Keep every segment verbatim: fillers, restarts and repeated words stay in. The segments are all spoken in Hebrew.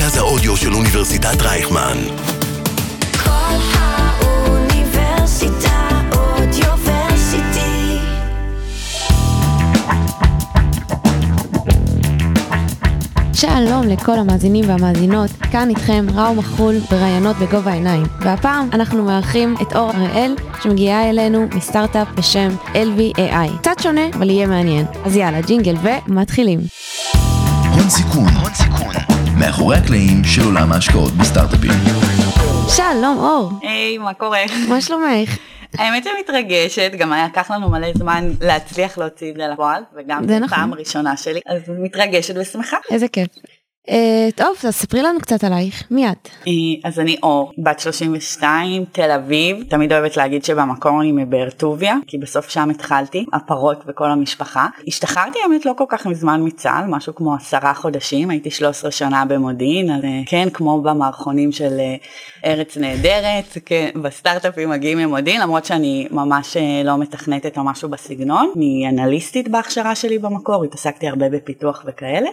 מרכז האודיו של אוניברסיטת רייכמן. כל האוניברסיטה אודיוורסיטי. שלום לכל המאזינים והמאזינות, כאן איתכם ראו מחול ברעיונות בגובה העיניים. והפעם אנחנו מארחים את אור אריאל שמגיעה אלינו מסטארט-אפ בשם אל וי איי איי. קצת שונה, אבל יהיה מעניין. אז יאללה, ג'ינגל ומתחילים. הון סיכון, הון סיכון, מאחורי הקלעים של עולם ההשקעות בסטארט-אפים. שלום אור. היי, מה קורה? מה שלומך? האמת שמתרגשת, גם היה לקח לנו מלא זמן להצליח להוציא את זה לפועל, וגם זו פעם ראשונה שלי, אז מתרגשת ושמחה. איזה כיף. טוב, אז ספרי לנו קצת עלייך, מי את? אז אני אור, בת שלושים ושתיים, תל אביב, תמיד אוהבת להגיד שבמקור אני מבאר טוביה, כי בסוף שם התחלתי, הפרות וכל המשפחה. השתחררתי האמת לא כל כך מזמן מצה"ל, משהו כמו עשרה חודשים, הייתי שלוש עשרה שנה במודיעין, אז כן, כמו במערכונים של ארץ נהדרת, כן, בסטארט-אפים מגיעים ממודיעין, למרות שאני ממש לא מתכנתת או משהו בסגנון, אני אנליסטית בהכשרה שלי במקור, התעסקתי הרבה בפיתוח וכאלה,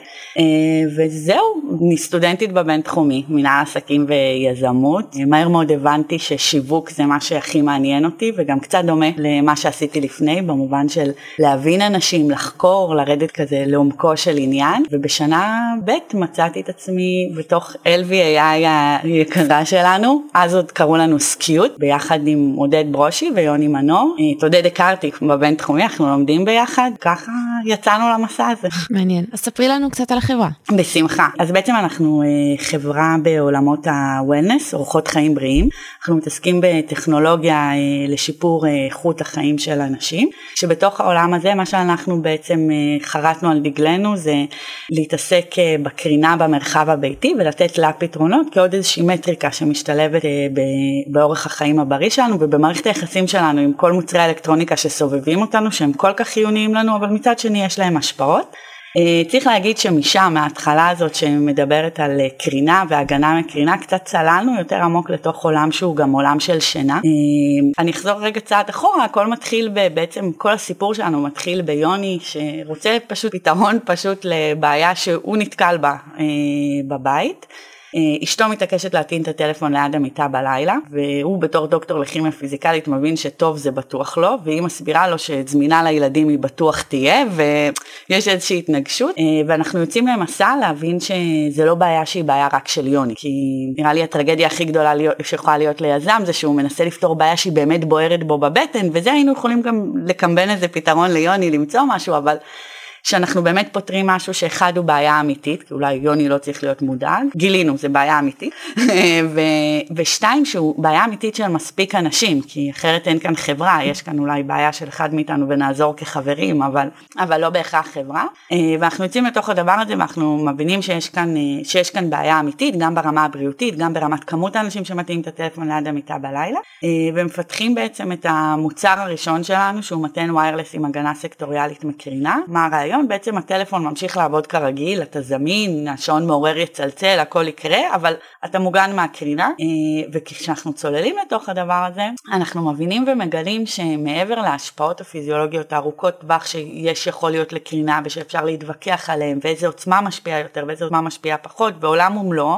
וזהו. אני סטודנטית בבין תחומי, מנהל עסקים ויזמות. מהר מאוד הבנתי ששיווק זה מה שהכי מעניין אותי, וגם קצת דומה למה שעשיתי לפני, במובן של להבין אנשים, לחקור, לרדת כזה לעומקו של עניין. ובשנה ב' מצאתי את עצמי בתוך אל וי איי איי היקרה שלנו, אז עוד קראו לנו סקיוט, ביחד עם עודד ברושי ויוני מנור. את עודד הכרתי בבין תחומי, אנחנו לומדים ביחד, ככה יצאנו למסע הזה. מעניין. אז ספרי לנו קצת על החברה. בשמחה. אז בעצם אנחנו חברה בעולמות הוולנס, אורחות חיים בריאים. אנחנו מתעסקים בטכנולוגיה לשיפור איכות החיים של אנשים, שבתוך העולם הזה מה שאנחנו בעצם חרטנו על דגלנו זה להתעסק בקרינה במרחב הביתי ולתת לה פתרונות כעוד איזושהי מטריקה שמשתלבת באורח החיים הבריא שלנו ובמערכת היחסים שלנו עם כל מוצרי האלקטרוניקה שסובבים אותנו שהם כל כך חיוניים לנו, אבל מצד שני יש להם השפעות. צריך להגיד שמשם, מההתחלה הזאת שמדברת על קרינה והגנה מקרינה, קצת צללנו יותר עמוק לתוך עולם שהוא גם עולם של שינה. אני אחזור רגע צעד אחורה, הכל מתחיל בעצם, כל הסיפור שלנו מתחיל ביוני שרוצה פשוט פתרון פשוט לבעיה שהוא נתקל בה בבית. אשתו מתעקשת להטעין את הטלפון ליד המיטה בלילה, והוא בתור דוקטור לכימיה פיזיקלית מבין שטוב זה בטוח לא, והיא מסבירה לו שזמינה לילדים היא בטוח תהיה, ויש איזושהי התנגשות, ואנחנו יוצאים למסע להבין שזה לא בעיה שהיא בעיה רק של יוני, כי נראה לי הטרגדיה הכי גדולה שיכולה להיות ליזם, זה שהוא מנסה לפתור בעיה שהיא באמת בוערת בו בבטן, וזה היינו יכולים גם לקמבן איזה פתרון ליוני, למצוא משהו, אבל שאנחנו באמת פותרים משהו שאחד הוא בעיה אמיתית, כי אולי יוני לא צריך להיות מודאג, גילינו, זה בעיה אמיתית, ו, ושתיים שהוא בעיה אמיתית של מספיק אנשים, כי אחרת אין כאן חברה, יש כאן אולי בעיה של אחד מאיתנו ונעזור כחברים, אבל, אבל לא בהכרח חברה, ואנחנו יוצאים לתוך הדבר הזה, ואנחנו מבינים שיש כאן, שיש כאן בעיה אמיתית, גם ברמה הבריאותית, גם ברמת כמות האנשים שמתאים את הטלפון ליד המיטה בלילה, ומפתחים בעצם את המוצר הראשון שלנו, שהוא מתן ויירלס עם הגנה סקטוריאלית מקרינה. מה הרעיון? בעצם הטלפון ממשיך לעבוד כרגיל, אתה זמין, השעון מעורר יצלצל, הכל יקרה, אבל אתה מוגן מהקרינה, וכשאנחנו צוללים לתוך הדבר הזה, אנחנו מבינים ומגלים שמעבר להשפעות הפיזיולוגיות הארוכות טווח שיש יכול להיות לקרינה, ושאפשר להתווכח עליהם, ואיזה עוצמה משפיעה יותר, ואיזה עוצמה משפיעה פחות, בעולם ומלואו,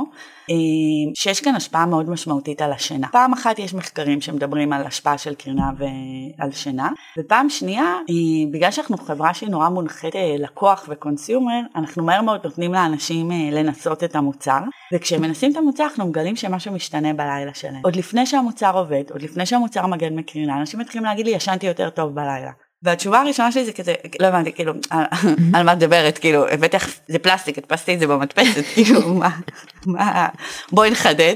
שיש כאן השפעה מאוד משמעותית על השינה. פעם אחת יש מחקרים שמדברים על השפעה של קרינה ועל שינה, ופעם שנייה, בגלל שאנחנו חברה שהיא נורא מונחית לקוח וקונסיומר, אנחנו מהר מאוד נותנים לאנשים לנסות את המוצר, וכשהם מנסים את המוצר אנחנו מגלים שמשהו משתנה בלילה שלהם. עוד לפני שהמוצר עובד, עוד לפני שהמוצר מגן מקרינה, אנשים מתחילים להגיד לי, ישנתי יותר טוב בלילה. והתשובה הראשונה שלי זה כזה, לא הבנתי, כאילו, על מה דברת, כאילו, בטח זה פלסטיק, הדפסתי את זה במדפסת, כאילו, מה, מה, בואי נחדד.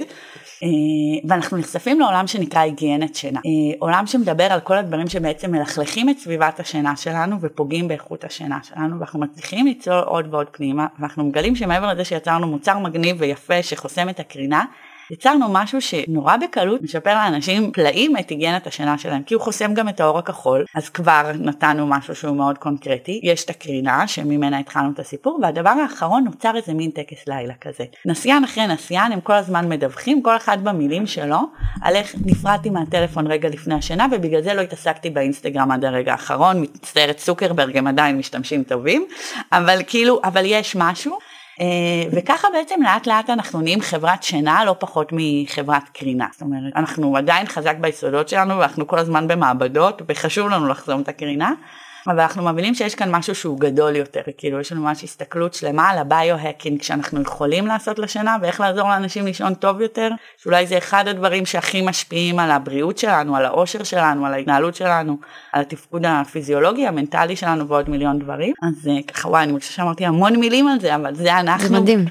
ואנחנו נחשפים לעולם שנקרא היגיינת שינה, עולם שמדבר על כל הדברים שבעצם מלכלכים את סביבת השינה שלנו ופוגעים באיכות השינה שלנו, ואנחנו מצליחים לצלול עוד ועוד פנימה, ואנחנו מגלים שמעבר לזה שיצרנו מוצר מגניב ויפה שחוסם את הקרינה, יצרנו משהו שנורא בקלות משפר לאנשים פלאים את היגיינת השינה שלהם, כי הוא חוסם גם את האור הכחול, אז כבר נתנו משהו שהוא מאוד קונקרטי, יש את הקרינה שממנה התחלנו את הסיפור, והדבר האחרון נוצר איזה מין טקס לילה כזה. נסיין אחרי נסיין הם כל הזמן מדווחים, כל אחד במילים שלו, על איך נפרדתי מהטלפון רגע לפני השינה, ובגלל זה לא התעסקתי באינסטגרם עד הרגע האחרון, מצטערת סוקרברג הם עדיין משתמשים טובים, אבל כאילו, אבל יש משהו, וככה בעצם לאט לאט אנחנו נהיים חברת שינה לא פחות מחברת קרינה, זאת אומרת אנחנו עדיין חזק ביסודות שלנו ואנחנו כל הזמן במעבדות וחשוב לנו לחסום את הקרינה, אבל אנחנו מבינים שיש כאן משהו שהוא גדול יותר, כאילו יש לנו ממש הסתכלות שלמה על הביו-הקינג שאנחנו יכולים לעשות לשינה ואיך לעזור לאנשים לישון טוב יותר, שאולי זה אחד הדברים שהכי משפיעים על הבריאות שלנו, על האושר שלנו, על ההתנהלות שלנו, על התפקוד הפיזיולוגי, המנטלי שלנו ועוד מיליון דברים. אז ככה וואי, אני חושבת שאמרתי המון מילים על זה, אבל זה אנחנו. זה מדהים.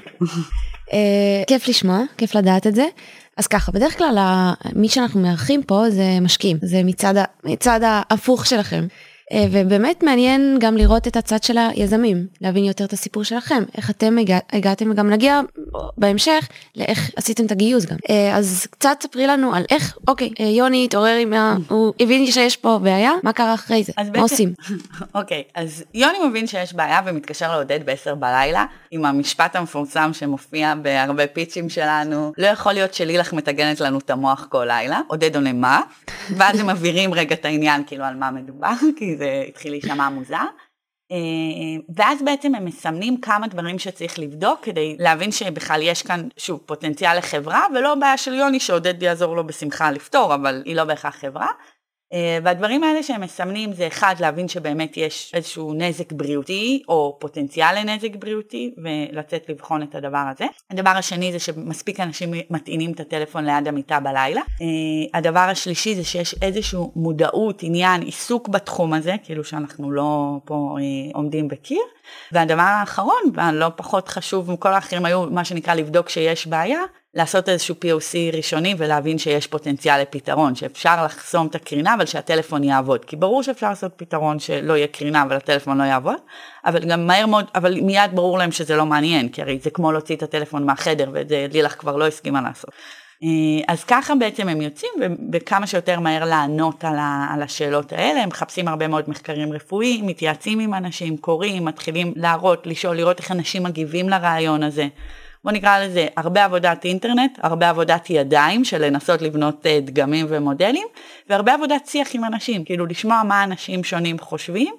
כיף לשמוע, כיף לדעת את זה. אז ככה, בדרך כלל מי שאנחנו מארחים פה זה משקיעים, זה מצד, מצד ההפוך שלכם. ובאמת מעניין גם לראות את הצד של היזמים, להבין יותר את הסיפור שלכם, איך אתם הגע, הגעתם וגם נגיע בהמשך לאיך עשיתם את הגיוס גם. אז קצת ספרי לנו על איך, אוקיי, יוני התעורר עם ה... הוא הבין שיש פה בעיה, מה קרה אחרי זה? מה בעצם, עושים? אוקיי, אז יוני מבין שיש בעיה ומתקשר לעודד בעשר בלילה, עם המשפט המפורסם שמופיע בהרבה פיצ'ים שלנו, לא יכול להיות שלילך מתגנת לנו את המוח כל לילה, עודד עונה מה, ואז הם מבהירים רגע את העניין כאילו על מה מדובר, כי זה התחיל להישמע מוזר, ואז בעצם הם מסמנים כמה דברים שצריך לבדוק, כדי להבין שבכלל יש כאן שוב פוטנציאל לחברה, ולא בעיה של יוני שעודד יעזור לו בשמחה לפתור, אבל היא לא בהכרח חברה, והדברים האלה שהם מסמנים זה אחד, להבין שבאמת יש איזשהו נזק בריאותי או פוטנציאל לנזק בריאותי ולצאת לבחון את הדבר הזה. הדבר השני זה שמספיק אנשים מטעינים את הטלפון ליד המיטה בלילה. הדבר השלישי זה שיש איזשהו מודעות, עניין, עיסוק בתחום הזה, כאילו שאנחנו לא פה עומדים בקיר. והדבר האחרון, והלא פחות חשוב מכל האחרים היו מה שנקרא לבדוק שיש בעיה, לעשות איזשהו פי או סי ראשוני ולהבין שיש פוטנציאל לפתרון, שאפשר לחסום את הקרינה אבל שהטלפון יעבוד, כי ברור שאפשר לעשות פתרון שלא יהיה קרינה אבל הטלפון לא יעבוד, אבל גם מהר מאוד, אבל מיד ברור להם שזה לא מעניין, כי הרי זה כמו להוציא את הטלפון מהחדר וזה לילך כבר לא הסכימה לעשות. אז ככה בעצם הם יוצאים ובכמה שיותר מהר לענות על השאלות האלה, הם מחפשים הרבה מאוד מחקרים רפואיים, מתייעצים עם אנשים, קוראים, מתחילים להראות, לשאול, לראות איך אנשים מגיבים לרעיון הזה. בוא נקרא לזה הרבה עבודת אינטרנט, הרבה עבודת ידיים של לנסות לבנות דגמים ומודלים, והרבה עבודת שיח עם אנשים, כאילו לשמוע מה אנשים שונים חושבים,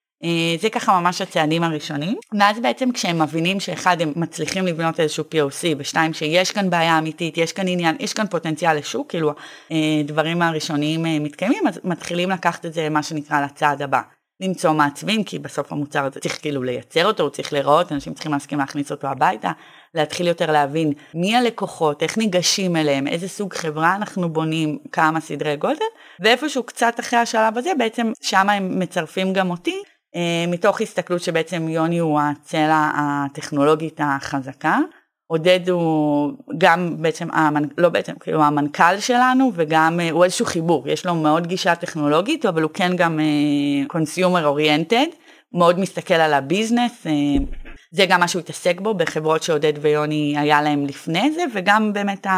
זה ככה ממש הצעדים הראשונים, ואז בעצם כשהם מבינים שאחד הם מצליחים לבנות איזשהו פי או סי, ושתיים שיש כאן בעיה אמיתית, יש כאן עניין, יש כאן פוטנציאל לשוק, כאילו דברים הראשוניים מתקיימים, אז מתחילים לקחת את זה מה שנקרא לצעד הבא. למצוא מעצבים, כי בסוף המוצר הזה צריך כאילו לייצר אותו, הוא צריך לראות, אנשים צריכים להסכים להכניס אותו הביתה, להתחיל יותר להבין מי הלקוחות, איך ניגשים אליהם, איזה סוג חברה אנחנו בונים, כמה סדרי גודל, ואיפשהו קצת אחרי השלב הזה, בעצם שם הם מצרפים גם אותי, מתוך הסתכלות שבעצם יוני הוא הצלע הטכנולוגית החזקה, עודד הוא גם בעצם, לא בעצם, כאילו המנכ"ל שלנו, וגם הוא איזשהו חיבור, יש לו מאוד גישה טכנולוגית, אבל הוא כן גם consumer oriented, מאוד מסתכל על הביזנס, זה גם מה שהוא התעסק בו, בחברות שעודד ויוני היה להם לפני זה, וגם באמת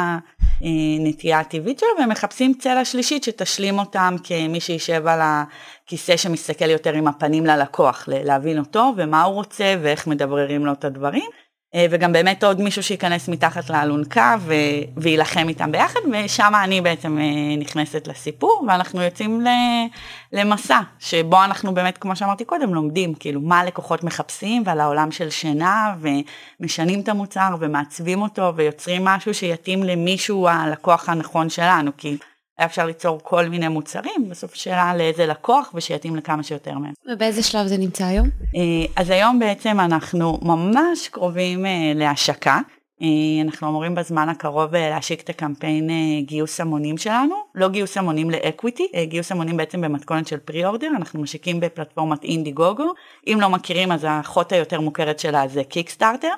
הנטייה הטבעית שלו, והם מחפשים צלע שלישית שתשלים אותם כמי שישב על הכיסא שמסתכל יותר עם הפנים ללקוח, להבין אותו ומה הוא רוצה ואיך מדבררים לו את הדברים, וגם באמת עוד מישהו שיכנס מתחת לאלונקה וילחם איתם ביחד, ושם אני בעצם נכנסת לסיפור, ואנחנו יוצאים למסע, שבו אנחנו באמת, כמו שאמרתי קודם, לומדים, כאילו, מה הלקוחות מחפשים, ועל העולם של שינה, ומשנים את המוצר, ומעצבים אותו, ויוצרים משהו שיתאים למישהו הלקוח הנכון שלנו, כי היה אפשר ליצור כל מיני מוצרים, בסוף שאלה לאיזה לקוח, ושיתאים לכמה שיותר מהם. ובאיזה שלב זה נמצא היום? אז היום בעצם אנחנו ממש קרובים להשקה, אנחנו אמורים בזמן הקרוב להשיק את הקמפיין גיוס המונים שלנו, לא גיוס המונים לאקוויטי, גיוס המונים בעצם במתכונת של פרי-אורדר, אנחנו משיקים בפלטפורמת אינדיגוגו, אם לא מכירים אז האחות היותר מוכרת שלה זה קיקסטארטר,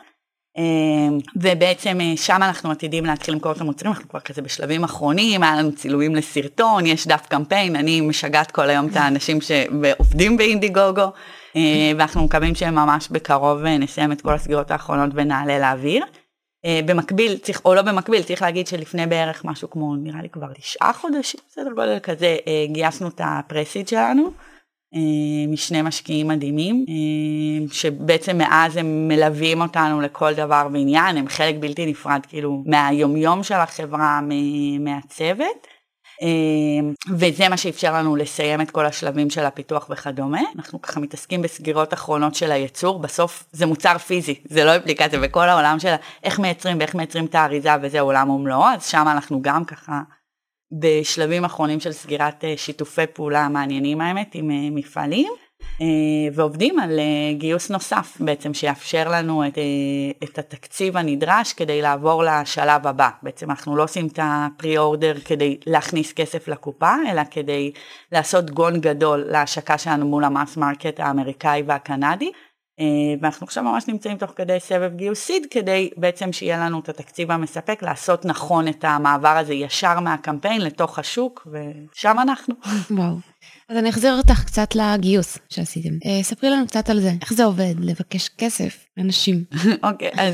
ובעצם שם אנחנו עתידים להתחיל למכור את המוצרים, אנחנו כבר כזה בשלבים אחרונים, היה לנו צילומים לסרטון, יש דף קמפיין, אני משגעת כל היום את האנשים שעובדים באינדיגוגו, ואנחנו מקווים שהם ממש בקרוב נסיים את כל הסגירות האחרונות ונעלה לאוויר. במקביל, צריך, או לא במקביל, צריך להגיד שלפני בערך משהו כמו, נראה לי כבר תשעה חודשים, בסדר גודל כזה, גייסנו את הפרסיד שלנו, משני משקיעים מדהימים, שבעצם מאז הם מלווים אותנו לכל דבר ועניין, הם חלק בלתי נפרד כאילו מהיומיום של החברה, מהצוות, וזה מה שאפשר לנו לסיים את כל השלבים של הפיתוח וכדומה. אנחנו ככה מתעסקים בסגירות אחרונות של הייצור, בסוף זה מוצר פיזי, זה לא אפליקציה, וכל העולם של איך מייצרים ואיך מייצרים את האריזה וזה עולם ומלואו, אז שם אנחנו גם ככה בשלבים אחרונים של סגירת שיתופי פעולה מעניינים האמת עם מפעלים, ועובדים על גיוס נוסף בעצם שיאפשר לנו את, את התקציב הנדרש כדי לעבור לשלב הבא. בעצם אנחנו לא עושים את הפרי-אורדר כדי להכניס כסף לקופה, אלא כדי לעשות גון גדול להשקה שלנו מול המאס מרקט האמריקאי והקנדי, ואנחנו עכשיו ממש נמצאים תוך כדי סבב גיוס סיד, כדי בעצם שיהיה לנו את התקציב המספק, לעשות נכון את המעבר הזה ישר מהקמפיין לתוך השוק, ושם אנחנו. וואו. אז אני אחזיר אותך קצת לגיוס שעשיתם. ספרי לנו קצת על זה. איך זה עובד? לבקש כסף לאנשים. אוקיי, אז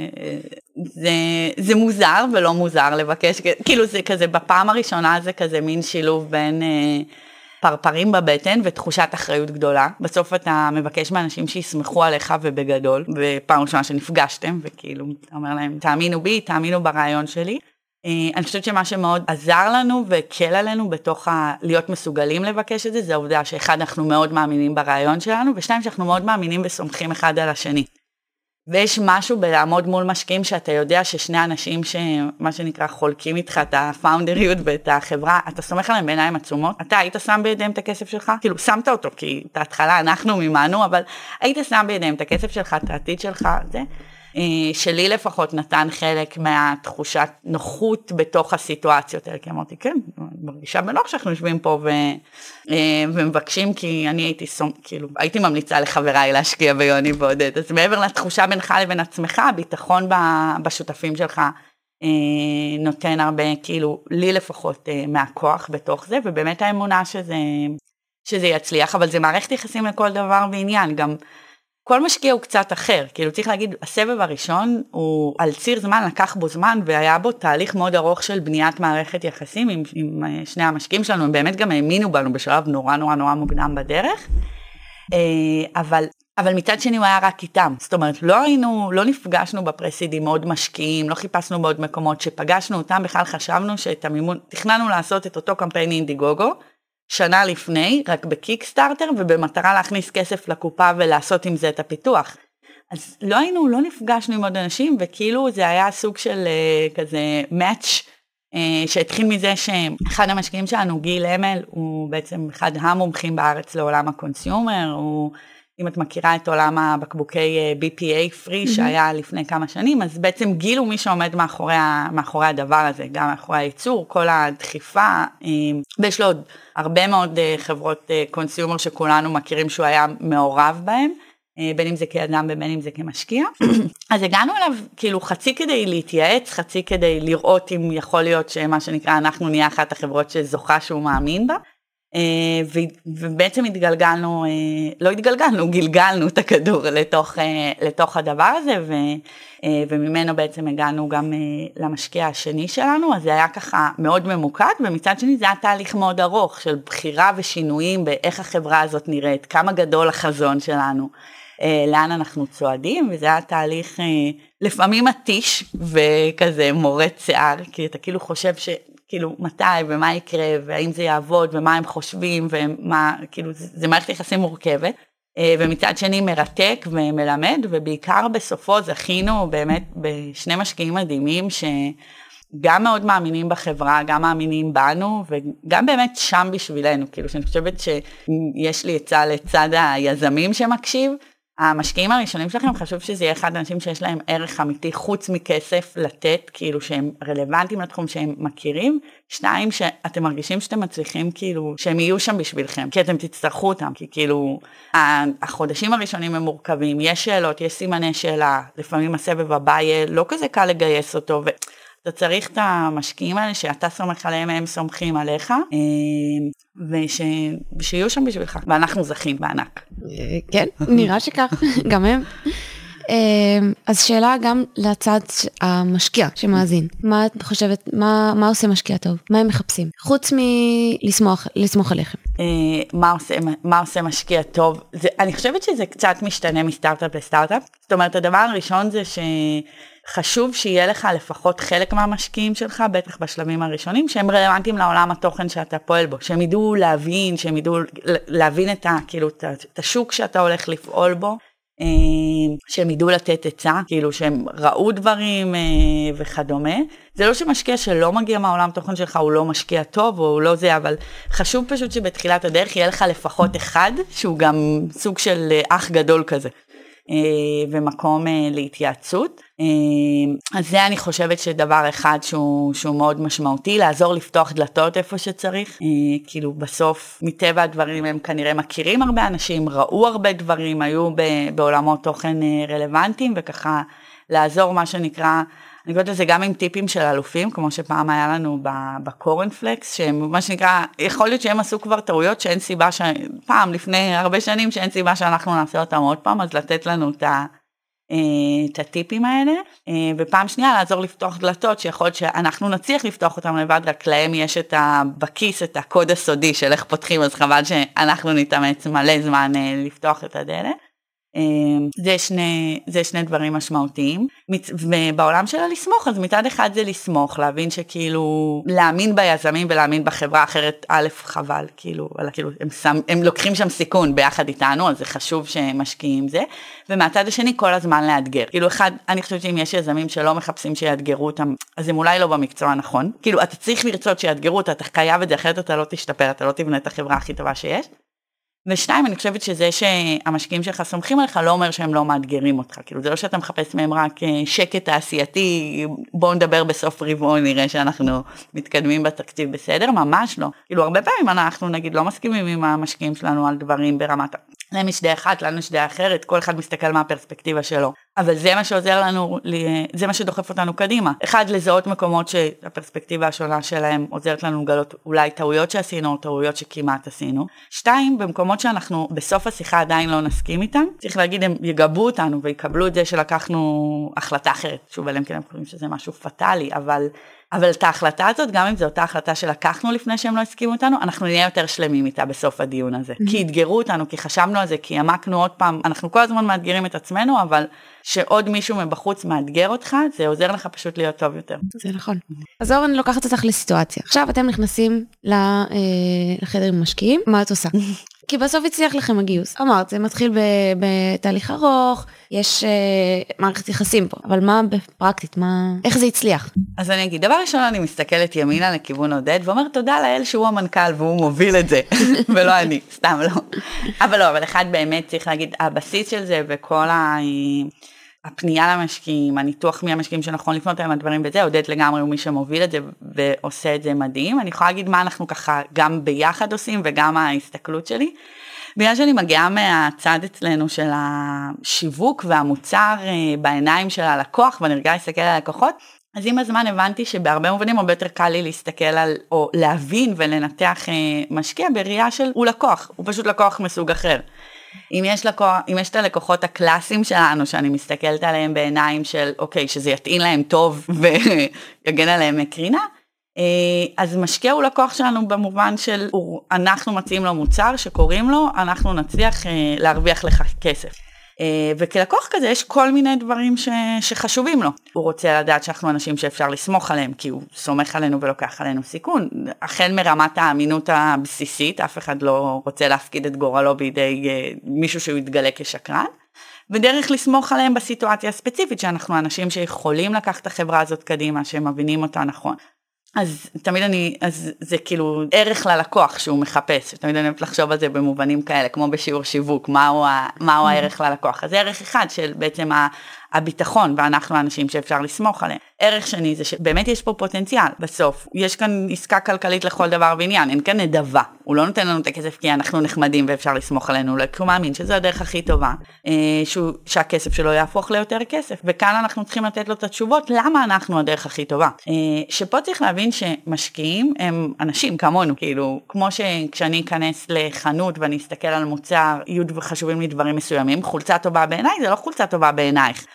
זה מוזר ולא מוזר לבקש, כאילו זה כזה, בפעם הראשונה זה כזה מין שילוב בין פרפרים בבטן ותחושת אחריות גדולה. בסוף אתה מבקש מאנשים שיסמכו עליך ובגדול, בפעם ראשונה שנפגשתם, וכאילו אתה אומר להם, תאמינו בי, תאמינו ברעיון שלי. אני חושבת שמה שמאוד עזר לנו וקל עלינו בתוך ה... להיות מסוגלים לבקש את זה, זה העובדה שאחד אנחנו מאוד מאמינים ברעיון שלנו, ושתיים שאנחנו מאוד מאמינים וסומכים אחד על השני. ויש משהו בלעמוד מול משקיעים שאתה יודע ששני אנשים שמה שנקרא חולקים איתך את הפאונדריות ואת החברה, אתה סומך עליהם בעיניים עצומות, אתה היית שם בידיהם את הכסף שלך, כאילו שמת אותו, כי את ההתחלה אנחנו מימנו, אבל היית שם בידיהם את הכסף שלך, את העתיד שלך, זה. שלי לפחות נתן חלק מהתחושת נוחות בתוך הסיטואציות האלה, כי אמרתי, כן, מרגישה בנוח שאנחנו יושבים פה ו... ומבקשים, כי אני הייתי, כאילו, הייתי ממליצה לחבריי להשקיע ביוני ועודד, אז מעבר לתחושה בינך לבין עצמך, הביטחון בשותפים שלך נותן הרבה, כאילו, לי לפחות מהכוח בתוך זה, ובאמת האמונה שזה, שזה יצליח, אבל זה מערכת יחסים לכל דבר ועניין, גם כל משקיע הוא קצת אחר, כאילו צריך להגיד, הסבב הראשון הוא על ציר זמן, לקח בו זמן, והיה בו תהליך מאוד ארוך של בניית מערכת יחסים עם, עם שני המשקיעים שלנו, הם באמת גם האמינו בנו בשלב נורא נורא נורא מוקדם בדרך, אבל, אבל מצד שני הוא היה רק איתם, זאת אומרת, לא היינו, לא נפגשנו בפרסידים מאוד משקיעים, לא חיפשנו בעוד מקומות, שפגשנו אותם, בכלל חשבנו שאת המימון, תכננו לעשות את אותו קמפיין אינדיגוגו, שנה לפני, רק בקיקסטארטר, ובמטרה להכניס כסף לקופה ולעשות עם זה את הפיתוח. אז לא היינו, לא נפגשנו עם עוד אנשים, וכאילו זה היה סוג של uh, כזה מאץ' uh, שהתחיל מזה שאחד המשקיעים שלנו, גיל אמל, הוא בעצם אחד המומחים בארץ לעולם הקונסיומר, הוא, אם את מכירה את עולם הבקבוקי בי פי איי פרי mm-hmm. שהיה לפני כמה שנים, אז בעצם גיל הוא מי שעומד מאחורי, מאחורי הדבר הזה, גם מאחורי הייצור, כל הדחיפה, ויש לו עוד הרבה מאוד חברות קונסיומר שכולנו מכירים שהוא היה מעורב בהם, בין אם זה כאדם ובין אם זה כמשקיע. אז הגענו אליו כאילו חצי כדי להתייעץ, חצי כדי לראות אם יכול להיות שמה שנקרא אנחנו נהיה אחת החברות שזוכה שהוא מאמין בה, ובעצם התגלגלנו, לא התגלגלנו, גלגלנו את הכדור לתוך, לתוך הדבר הזה, וממנו בעצם הגענו גם למשקיע השני שלנו, אז זה היה ככה מאוד ממוקד, ומצד שני זה היה תהליך מאוד ארוך של בחירה ושינויים באיך החברה הזאת נראית, כמה גדול החזון שלנו, לאן אנחנו צועדים, וזה היה תהליך לפעמים מתיש וכזה מורד שיער, כי אתה כאילו חושב ש... כאילו מתי ומה יקרה והאם זה יעבוד ומה הם חושבים ומה, כאילו זה, זה מערכת יחסים מורכבת, ומצד שני מרתק ומלמד, ובעיקר בסופו זכינו באמת בשני משקיעים מדהימים שגם מאוד מאמינים בחברה, גם מאמינים בנו, וגם באמת שם בשבילנו, כאילו שאני חושבת שיש לי עצה לצד היזמים שמקשיב, המשקיעים הראשונים שלכם חשוב שזה יהיה אחד האנשים שיש להם ערך אמיתי חוץ מכסף לתת, כאילו שהם רלוונטיים לתחום שהם מכירים, שניים שאתם מרגישים שאתם מצליחים כאילו שהם יהיו שם בשבילכם, כי אתם תצטרכו אותם, כי כאילו החודשים הראשונים הם מורכבים, יש שאלות, יש סימני שאלה, לפעמים הסבב הבא יהיה לא כזה קל לגייס אותו, ואתה צריך את המשקיעים האלה שאתה סומך עליהם, הם סומכים עליך, ושיהיו שם בשבילך, ואנחנו זכים בענק. כן, נראה שכך, גם הם. אז שאלה גם לצד המשקיע שמאזין, מה את חושבת, מה, מה עושה משקיע טוב? מה הם מחפשים? חוץ מלסמוך, לסמוך עליכם. מה עושה, מה עושה משקיע טוב? זה, אני חושבת שזה קצת משתנה מסטארט-אפ לסטארט-אפ, זאת אומרת, הדבר הראשון זה ש... חשוב שיהיה לך לפחות חלק מהמשקיעים שלך, בטח בשלבים הראשונים, שהם רלוונטיים לעולם התוכן שאתה פועל בו, שהם ידעו להבין, שהם ידעו להבין את, ה, כאילו, את השוק שאתה הולך לפעול בו, שהם ידעו לתת עצה, כאילו שהם ראו דברים וכדומה. זה לא שמשקיע שלא מגיע מהעולם תוכן שלך, הוא לא משקיע טוב או לא זה, אבל חשוב פשוט שבתחילת הדרך יהיה לך לפחות אחד, שהוא גם סוג של אח גדול כזה. ומקום להתייעצות. אז זה אני חושבת שדבר אחד שהוא, שהוא מאוד משמעותי, לעזור לפתוח דלתות איפה שצריך, כאילו בסוף מטבע הדברים הם כנראה מכירים הרבה אנשים, ראו הרבה דברים, היו בעולמות תוכן רלוונטיים, וככה לעזור מה שנקרא, אני חושבת לזה גם עם טיפים של אלופים, כמו שפעם היה לנו בקורנפלקס, שהם מה שנקרא, יכול להיות שהם עשו כבר טעויות שאין סיבה, ש... פעם לפני הרבה שנים שאין סיבה שאנחנו נעשה אותם עוד פעם, אז לתת לנו את, ה... את הטיפים האלה, ופעם שנייה לעזור לפתוח דלתות, שיכול להיות שאנחנו נצליח לפתוח אותם לבד, רק להם יש את ה... בכיס את הקוד הסודי של איך פותחים, אז חבל שאנחנו נתאמץ מלא זמן לפתוח את הדלת. זה שני, זה שני דברים משמעותיים, ובעולם שלה לסמוך, אז מצד אחד זה לסמוך, להבין שכאילו, להאמין ביזמים ולהאמין בחברה אחרת, א' חבל, כאילו, כאילו הם, שם, הם לוקחים שם סיכון ביחד איתנו, אז זה חשוב שהם משקיעים זה, ומהצד השני כל הזמן לאתגר, כאילו אחד, אני חושבת שאם יש יזמים שלא מחפשים שיאתגרו אותם, אז הם אולי לא במקצוע הנכון, כאילו אתה צריך לרצות שיאתגרו אותה, אתה חייב את זה, אחרת אתה לא תשתפר, אתה לא תבנה את החברה הכי טובה שיש. ושתיים, אני חושבת שזה שהמשקיעים שלך סומכים עליך, לא אומר שהם לא מאתגרים אותך, כאילו זה לא שאתה מחפש מהם רק שקט תעשייתי, בואו נדבר בסוף רבעון, נראה שאנחנו מתקדמים בתקציב בסדר, ממש לא, כאילו הרבה פעמים אנחנו נגיד לא מסכימים עם המשקיעים שלנו על דברים ברמת, להם יש דעה אחת, לנו יש דעה אחרת, כל אחד מסתכל מהפרספקטיבה שלו, אבל זה מה שעוזר לנו, זה מה שדוחף אותנו קדימה, אחד לזהות מקומות שהפרספקטיבה השונה שלהם עוזרת לנו לגלות אולי טעויות שעשינו, או טעויות שכמעט עשינו, שתיים, במקומות שאנחנו בסוף השיחה עדיין לא נסכים איתם, צריך להגיד הם יגבו אותנו ויקבלו את זה שלקחנו החלטה אחרת, שוב עליהם כי הם חושבים שזה משהו פטלי, אבל אבל את ההחלטה הזאת, גם אם זו אותה החלטה שלקחנו לפני שהם לא הסכימו אותנו, אנחנו נהיה יותר שלמים איתה בסוף הדיון הזה. Mm-hmm. כי התגרו אותנו, כי חשבנו על זה, כי עמקנו עוד פעם, אנחנו כל הזמן מאתגרים את עצמנו, אבל שעוד מישהו מבחוץ מאתגר אותך, זה עוזר לך פשוט להיות טוב יותר. זה נכון. אז אורן לוקחת אותך לסיטואציה. עכשיו אתם נכנסים לחדר עם משקיעים, מה את עושה? כי בסוף הצליח לכם הגיוס. אמרת, זה מתחיל בתהליך ארוך, יש מערכת יחסים פה, אבל מה בפרקטית, מה, איך זה הצליח? אז אני אגיד, דבר ראשון אני מסתכלת ימינה לכיוון עודד, ואומר תודה לאל שהוא המנכ"ל והוא מוביל את זה, ולא אני, סתם לא. אבל לא, אבל אחד באמת צריך להגיד, הבסיס של זה וכל ה... הפנייה למשקיעים, הניתוח מי המשקיעים שנכון לפנות להם הדברים בזה, עודד לגמרי הוא מי שמוביל את זה ועושה את זה מדהים. אני יכולה להגיד מה אנחנו ככה גם ביחד עושים וגם ההסתכלות שלי. בגלל שאני מגיעה מהצד אצלנו של השיווק והמוצר בעיניים של הלקוח, ואני רגע להסתכל על הלקוחות, אז עם הזמן הבנתי שבהרבה מובנים הרבה יותר קל לי להסתכל על, או להבין ולנתח משקיע בראייה של הוא לקוח, הוא פשוט לקוח מסוג אחר. אם יש, לקוח, אם יש את הלקוחות הקלאסיים שלנו, שאני מסתכלת עליהם בעיניים של, אוקיי, שזה יתאים להם טוב ויגן עליהם מקרינה, אז משקיע הוא לקוח שלנו במובן של, אנחנו מציעים לו מוצר שקוראים לו, אנחנו נצליח להרוויח לך כסף. וכלקוח כזה יש כל מיני דברים ש, שחשובים לו. הוא רוצה לדעת שאנחנו אנשים שאפשר לסמוך עליהם, כי הוא סומך עלינו ולוקח עלינו סיכון. החל מרמת האמינות הבסיסית, אף אחד לא רוצה להפקיד את גורלו בידי מישהו שהוא יתגלה כשקרן. ודרך לסמוך עליהם בסיטואציה הספציפית, שאנחנו אנשים שיכולים לקחת את החברה הזאת קדימה, שהם מבינים אותה נכון. אז תמיד אני, אז זה כאילו ערך ללקוח שהוא מחפש, תמיד אני אוהבת לחשוב על זה במובנים כאלה, כמו בשיעור שיווק, מהו, מהו הערך ללקוח. אז זה ערך אחד של בעצם הביטחון, ואנחנו האנשים שאפשר לסמוך עליהם. ערך שני זה שבאמת יש פה פוטנציאל, בסוף. יש כאן עסקה כלכלית לכל דבר ועניין, אין כאן נדבה. הוא לא נותן לנו את הכסף כי אנחנו נחמדים ואפשר לסמוך עלינו, כי הוא מאמין שזו הדרך הכי טובה, שהוא, שהכסף שלו יהפוך ליותר כסף. וכאן אנחנו צריכים לתת לו את התשובות, למה אנחנו הדרך הכי טובה. שפה צריך להבין שמשקיעים הם אנשים כמונו, כאילו, כמו שכשאני אכנס לחנות ואני אסתכל על מוצר, יהיו חשובים לי דברים מסוימים, חולצה טובה בעיניי, זה לא חולצה טובה בעינייך.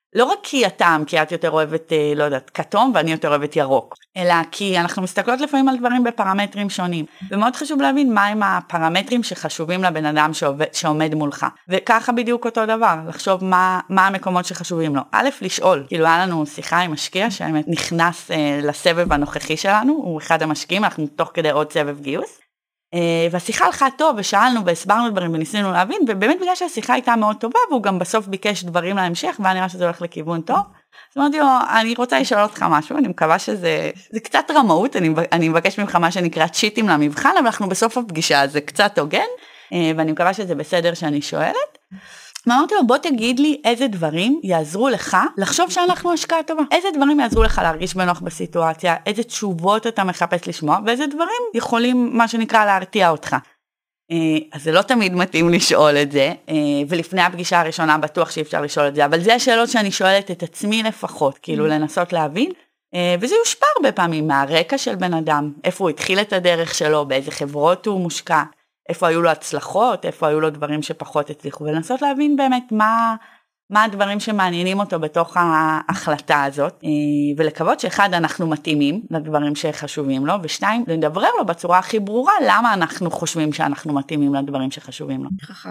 לא רק כי הטעם, כי את יותר אוהבת, לא יודעת, כתום ואני יותר אוהבת ירוק, אלא כי אנחנו מסתכלות לפעמים על דברים בפרמטרים שונים, ומאוד חשוב להבין מהם הפרמטרים שחשובים לבן אדם שעובד, שעומד מולך, וככה בדיוק אותו דבר, לחשוב מה, מה המקומות שחשובים לו. א', לשאול, כאילו היה לנו שיחה עם משקיע שבאמת נכנס אה, לסבב הנוכחי שלנו, הוא אחד המשקיעים, אנחנו תוך כדי עוד סבב גיוס, והשיחה הלכה טוב, ושאלנו והסברנו דברים וניסינו להבין, ובאמת בגלל שהשיחה הייתה מאוד טובה, והוא גם בסוף ביקש דברים להמשך, ואני נראה שזה הולך לכיוון טוב. אז אמרתי לו, אני רוצה לשאול אותך משהו, אני מקווה שזה זה קצת רמאות, אני, אני מבקש ממך מה שנקרא צ'יטים למבחן, אבל אנחנו בסוף הפגישה, זה קצת הוגן, ואני מקווה שזה בסדר שאני שואלת. אמרתי לו, בוא תגיד לי איזה דברים יעזרו לך לחשוב שאנחנו השקעה טובה. איזה דברים יעזרו לך להרגיש בנוח בסיטואציה, איזה תשובות אתה מחפש לשמוע, ואיזה דברים יכולים, מה שנקרא, להרתיע אותך. אז זה לא תמיד מתאים לשאול את זה, ולפני הפגישה הראשונה בטוח שאי אפשר לשאול את זה, אבל זה השאלות שאני שואלת את עצמי לפחות, כאילו לנסות להבין, וזה יושפע הרבה פעמים מהרקע של בן אדם, איפה הוא התחיל את הדרך שלו, באיזה חברות הוא מושקע, איפה היו לו הצלחות, איפה היו לו דברים שפחות הצליחו, ולנסות להבין באמת מה, מה הדברים שמעניינים אותו בתוך ההחלטה הזאת, ולקוות שאחד, אנחנו מתאימים לדברים שחשובים לו, ושתיים, לדברר לו בצורה הכי ברורה, למה אנחנו חושבים שאנחנו מתאימים לדברים שחשובים לו. חכם.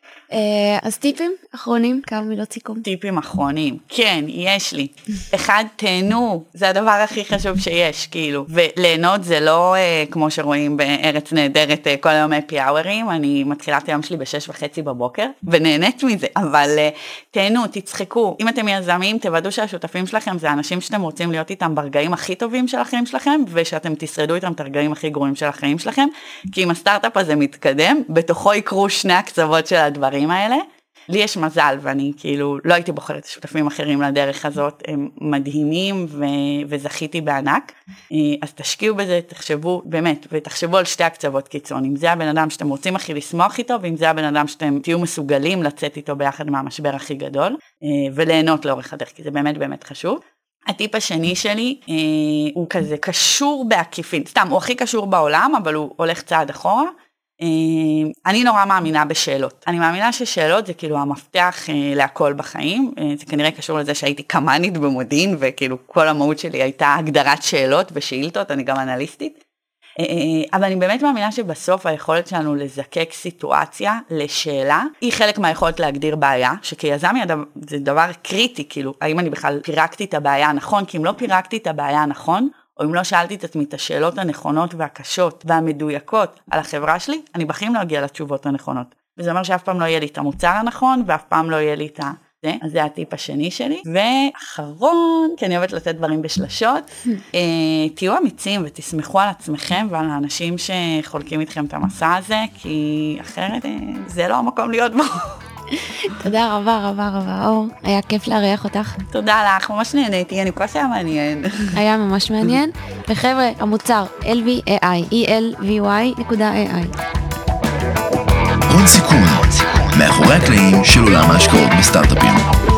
אז טיפים אחרונים, כמה מילות סיכום. טיפים אחרונים, כן, יש לי. אחד, תהנו, זה הדבר הכי חשוב שיש, כאילו, וליהנות זה לא כמו שרואים בארץ נהדרת כל היום הפי אאורים, אני מתחילה את היום שלי בשש וחצי בבוקר, ונהנית מזה, אבל תהנו, תצחקו, אם אתם יזמים, תוודאו שהשותפים שלכם זה האנשים שאתם רוצים להיות איתם ברגעים הכי טובים של החיים שלכם, ושאתם תשרדו איתם את הרגעים הכי גרועים של החיים שלכם, כי אם הסטארט-אפ הזה מתקדם, בתוכו יקרו שני הקצוות של הדברים האלה. לי יש מזל, ואני כאילו לא הייתי בוחרת שותפים אחרים לדרך הזאת, הם מדהימים ו- וזכיתי בענק, אז תשקיעו בזה, תחשבו באמת, ותחשבו על שתי הקצוות קיצון, אם זה הבן אדם שאתם רוצים הכי לשמוח איתו, ואם זה הבן אדם שאתם תהיו מסוגלים לצאת איתו ביחד מהמשבר הכי גדול, וליהנות לאורך הדרך, כי זה באמת באמת חשוב. הטיפ השני שלי אה, הוא כזה קשור בעקיפין, סתם, הוא הכי קשור בעולם, אבל הוא הולך צעד אחורה. אה, אני נורא מאמינה בשאלות. אני מאמינה ששאלות זה כאילו המפתח אה, להכל בחיים. אה, זה כנראה קשור לזה שהייתי קמ"נית במודיעין, וכאילו כל המהות שלי הייתה הגדרת שאלות ושאילתות, אני גם אנליסטית. אבל אני באמת מאמינה שבסוף היכולת שלנו לזקק סיטואציה לשאלה, היא חלק מהיכולת להגדיר בעיה, שכיזם זה דבר קריטי, כאילו, האם אני בכלל פירקתי את הבעיה הנכון, כי אם לא פירקתי את הבעיה הנכון, או אם לא שאלתי את עצמי את השאלות הנכונות והקשות והמדויקות על החברה שלי, אני בחיים לא אגיע לתשובות הנכונות. וזה אומר שאף פעם לא יהיה לי את המוצר הנכון, ואף פעם לא יהיה לי את ה... זה, אז זה הטיפ השני שלי. ואחרון, כי אני אוהבת לתת דברים בשלשות, תהיו אמיצים ותסמכו על עצמכם ועל האנשים שחולקים איתכם את המסע הזה, כי אחרת זה לא המקום להיות בו. תודה רבה רבה רבה אור, היה כיף להריח אותך. תודה לך, ממש נהניתי, אני כבר שהיה מעניין. היה ממש מעניין, וחבר'ה, המוצר אל וי איי, אי אל וי וואי נקודה איי איי. הון סיכון, מאחורי הקלעים של עולם ההשקעות בסטארט-אפים.